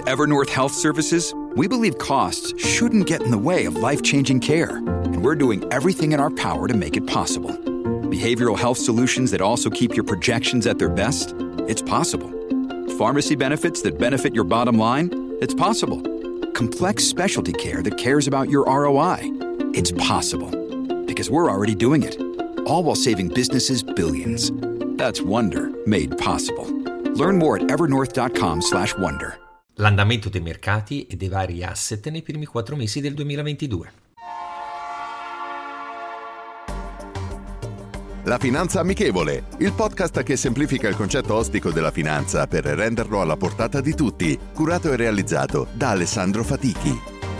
Evernorth Health Services, we believe costs shouldn't get in the way of life-changing care, and we're doing everything in our power to make it possible. Behavioral health solutions that also keep your projections at their best? It's possible. Pharmacy benefits that benefit your bottom line? It's possible. Complex specialty care that cares about your ROI? It's possible. Because we're already doing it. All while saving businesses billions. That's Wonder made possible. Learn more at evernorth.com/wonder. L'andamento dei mercati e dei vari asset nei primi 4 mesi del 2022. La Finanza Amichevole, il podcast che semplifica il concetto ostico della finanza per renderlo alla portata di tutti, curato e realizzato da Alessandro Fatichi.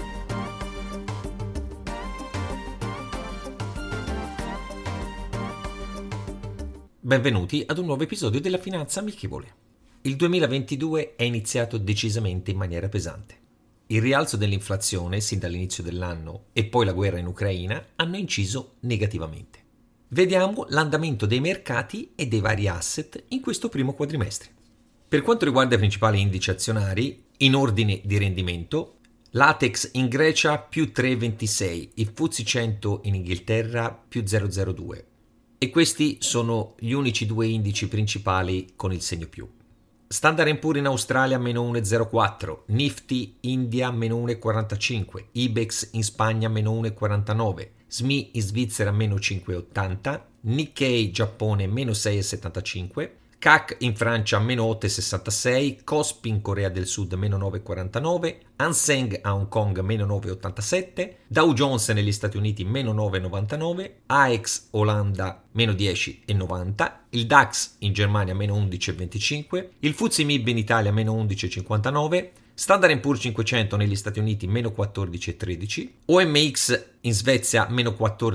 Benvenuti ad un nuovo episodio della Finanza Amichevole. Il 2022 è iniziato decisamente in maniera pesante. Il rialzo dell'inflazione sin dall'inizio dell'anno e poi la guerra in Ucraina hanno inciso negativamente. Vediamo l'andamento dei mercati e dei vari asset in questo primo quadrimestre. Per quanto riguarda i principali indici azionari, in ordine di rendimento, l'Atex in Grecia più 3,26, il FTSE 100 in Inghilterra più 0,02. E questi sono gli unici due indici principali con il segno più. Standard & Poor's in Australia meno 1,04, Nifty India meno 1,45, Ibex in Spagna meno 1,49, SMI in Svizzera meno 5,80, Nikkei Giappone meno 6,75, CAC in Francia meno 8,66, Kospi in Corea del Sud meno 9,49, Hang Seng a Hong Kong meno 9,87, Dow Jones negli Stati Uniti meno 9,99, AEX Olanda meno 10,90, il DAX in Germania meno 11,25, il FTSE MIB in Italia meno 11,59, Standard & Poor's 500 negli Stati Uniti meno 14,13, OMX in Svezia meno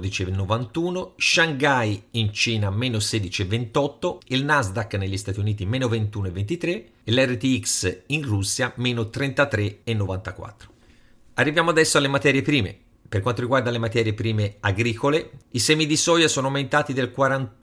14,91, Shanghai in Cina meno 16,28, il Nasdaq negli Stati Uniti meno 21,23 e l'RTX in Russia meno 33,94. Arriviamo adesso alle materie prime. Per quanto riguarda le materie prime agricole, i semi di soia sono aumentati del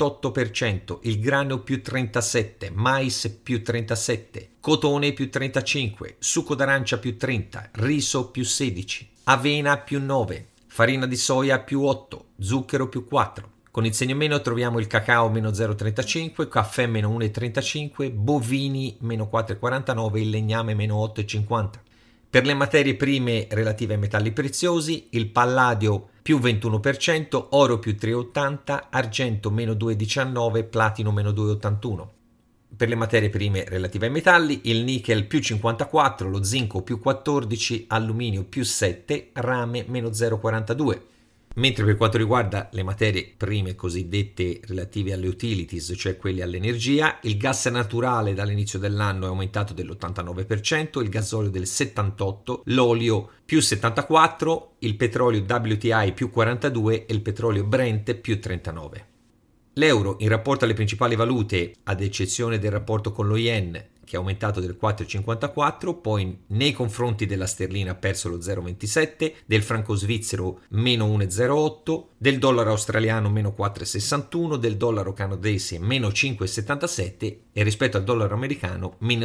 48%, il grano più 37%, mais più 37%, cotone più 35%, succo d'arancia più 30%, riso più 16%, avena più 9%, farina di soia più 8%, zucchero più 4%. Con il segno meno troviamo il cacao meno 0,35, caffè meno 1,35, bovini meno 4,49, il legname meno 8,50. Per le materie prime relative ai metalli preziosi, il palladio più 21%, oro più 3,80, argento meno 2,19, platino meno 2,81. Per le materie prime relative ai metalli, il nickel più 54, lo zinco più 14, alluminio più 7, rame meno 0,42. Mentre per quanto riguarda le materie prime cosiddette relative alle utilities, cioè quelle all'energia, il gas naturale dall'inizio dell'anno è aumentato dell'89%, il gasolio del 78%, l'olio più 74%, il petrolio WTI più 42% e il petrolio Brent più 39%. L'euro in rapporto alle principali valute, ad eccezione del rapporto con lo yen, che è aumentato del 4,54, poi nei confronti della sterlina ha perso lo 0,27, del franco svizzero meno 1,08, del dollaro australiano meno 4,61, del dollaro canadese meno 5,77 e rispetto al dollaro americano meno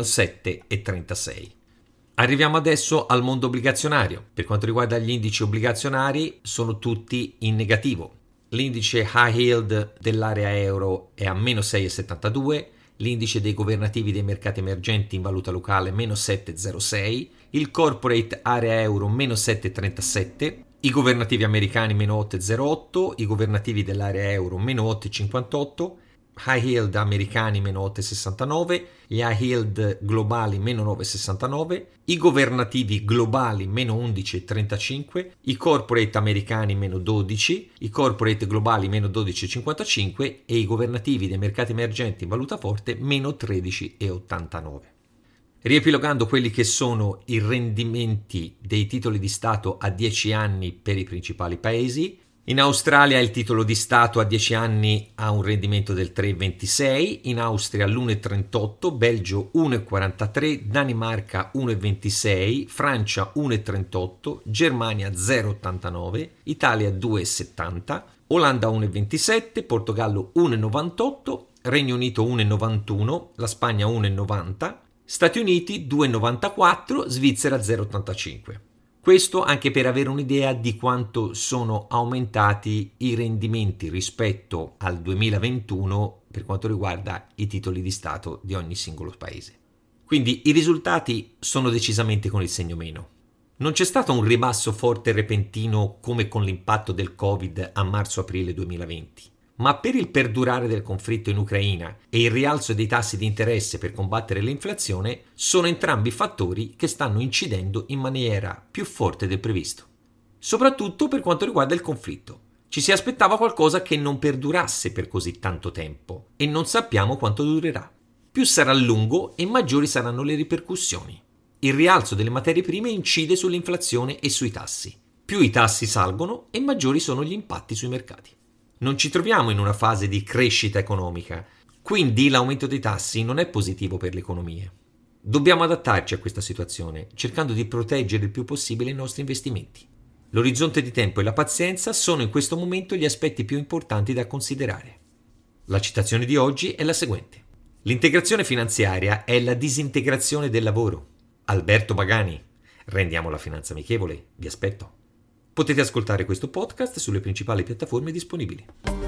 7,36. Arriviamo adesso al mondo obbligazionario. Per quanto riguarda gli indici obbligazionari, sono tutti in negativo. L'indice high yield dell'area euro è a meno 6,72, l'indice dei governativi dei mercati emergenti in valuta locale meno 7,06, il corporate area euro meno 7,37, i governativi americani meno 8,08, i governativi dell'area euro meno 8,58, high yield americani meno 8,69, gli high yield globali meno 9,69, i governativi globali meno 11,35, i corporate americani meno 12, i corporate globali meno 12,55 e i governativi dei mercati emergenti in valuta forte meno 13,89. Riepilogando quelli che sono i rendimenti dei titoli di Stato a 10 anni per i principali paesi, in Australia il titolo di Stato a 10 anni ha un rendimento del 3,26, in Austria l'1,38, Belgio 1,43, Danimarca 1,26, Francia 1,38, Germania 0,89, Italia 2,70, Olanda 1,27, Portogallo 1,98, Regno Unito 1,91, la Spagna 1,90, Stati Uniti 2,94, Svizzera 0,85. Questo anche per avere un'idea di quanto sono aumentati i rendimenti rispetto al 2021 per quanto riguarda i titoli di Stato di ogni singolo paese. Quindi i risultati sono decisamente con il segno meno. Non c'è stato un ribasso forte e repentino come con l'impatto del Covid a marzo-aprile 2020. Ma per il perdurare del conflitto in Ucraina e il rialzo dei tassi di interesse per combattere l'inflazione sono entrambi fattori che stanno incidendo in maniera più forte del previsto. Soprattutto per quanto riguarda il conflitto. Ci si aspettava qualcosa che non perdurasse per così tanto tempo e non sappiamo quanto durerà. Più sarà lungo e maggiori saranno le ripercussioni. Il rialzo delle materie prime incide sull'inflazione e sui tassi. Più i tassi salgono e maggiori sono gli impatti sui mercati. Non ci troviamo in una fase di crescita economica, quindi l'aumento dei tassi non è positivo per le economie. Dobbiamo adattarci a questa situazione, cercando di proteggere il più possibile i nostri investimenti. L'orizzonte di tempo e la pazienza sono in questo momento gli aspetti più importanti da considerare. La citazione di oggi è la seguente. L'integrazione finanziaria è la disintegrazione del lavoro. Alberto Pagani. Rendiamo la finanza amichevole. Vi aspetto. Potete ascoltare questo podcast sulle principali piattaforme disponibili.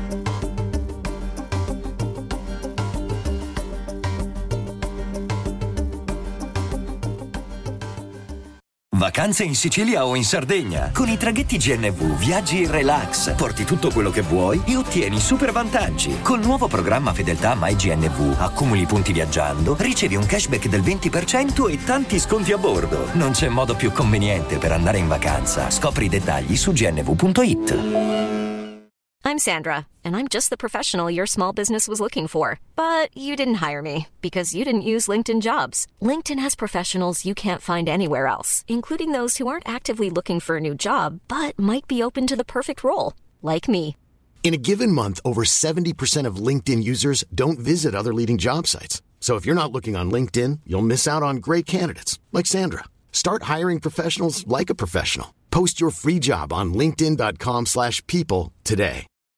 Vacanze in Sicilia o in Sardegna. Con i traghetti GNV viaggi in relax, porti tutto quello che vuoi e ottieni super vantaggi. Col nuovo programma Fedeltà MyGNV accumuli punti viaggiando, ricevi un cashback del 20% e tanti sconti a bordo. Non c'è modo più conveniente per andare in vacanza. Scopri i dettagli su gnv.it. I'm Sandra, and I'm just the professional your small business was looking for. But you didn't hire me because you didn't use LinkedIn Jobs. LinkedIn has professionals you can't find anywhere else, including those who aren't actively looking for a new job, but might be open to the perfect role, like me. In a given month, over 70% of LinkedIn users don't visit other leading job sites. So if you're not looking on LinkedIn, you'll miss out on great candidates like Sandra. Start hiring professionals like a professional. Post your free job on linkedin.com/people today.